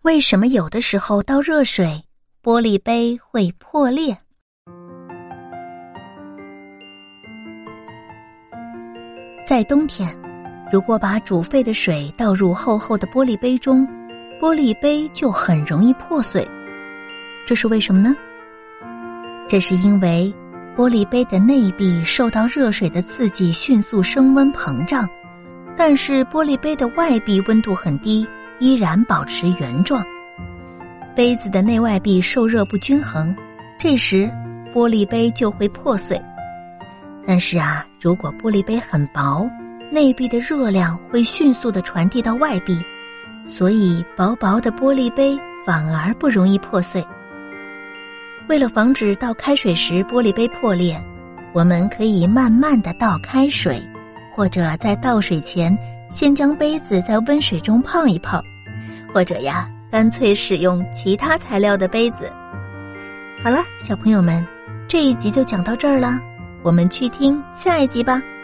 为什么有的时候倒热水，玻璃杯会破裂？在冬天，如果把煮沸的水倒入厚厚的玻璃杯中，玻璃杯就很容易破碎。这是为什么呢？这是因为玻璃杯的内壁受到热水的刺激迅速升温膨胀，但是玻璃杯的外壁温度很低，依然保持原状。杯子的内外壁受热不均衡，这时玻璃杯就会破碎。但是如果玻璃杯很薄，内壁的热量会迅速地传递到外壁，所以薄薄的玻璃杯反而不容易破碎。为了防止倒开水时玻璃杯破裂，我们可以慢慢地倒开水，或者在倒水前先将杯子在温水中泡一泡，或者干脆使用其他材料的杯子。好了，小朋友们，这一集就讲到这儿了，我们去听下一集吧。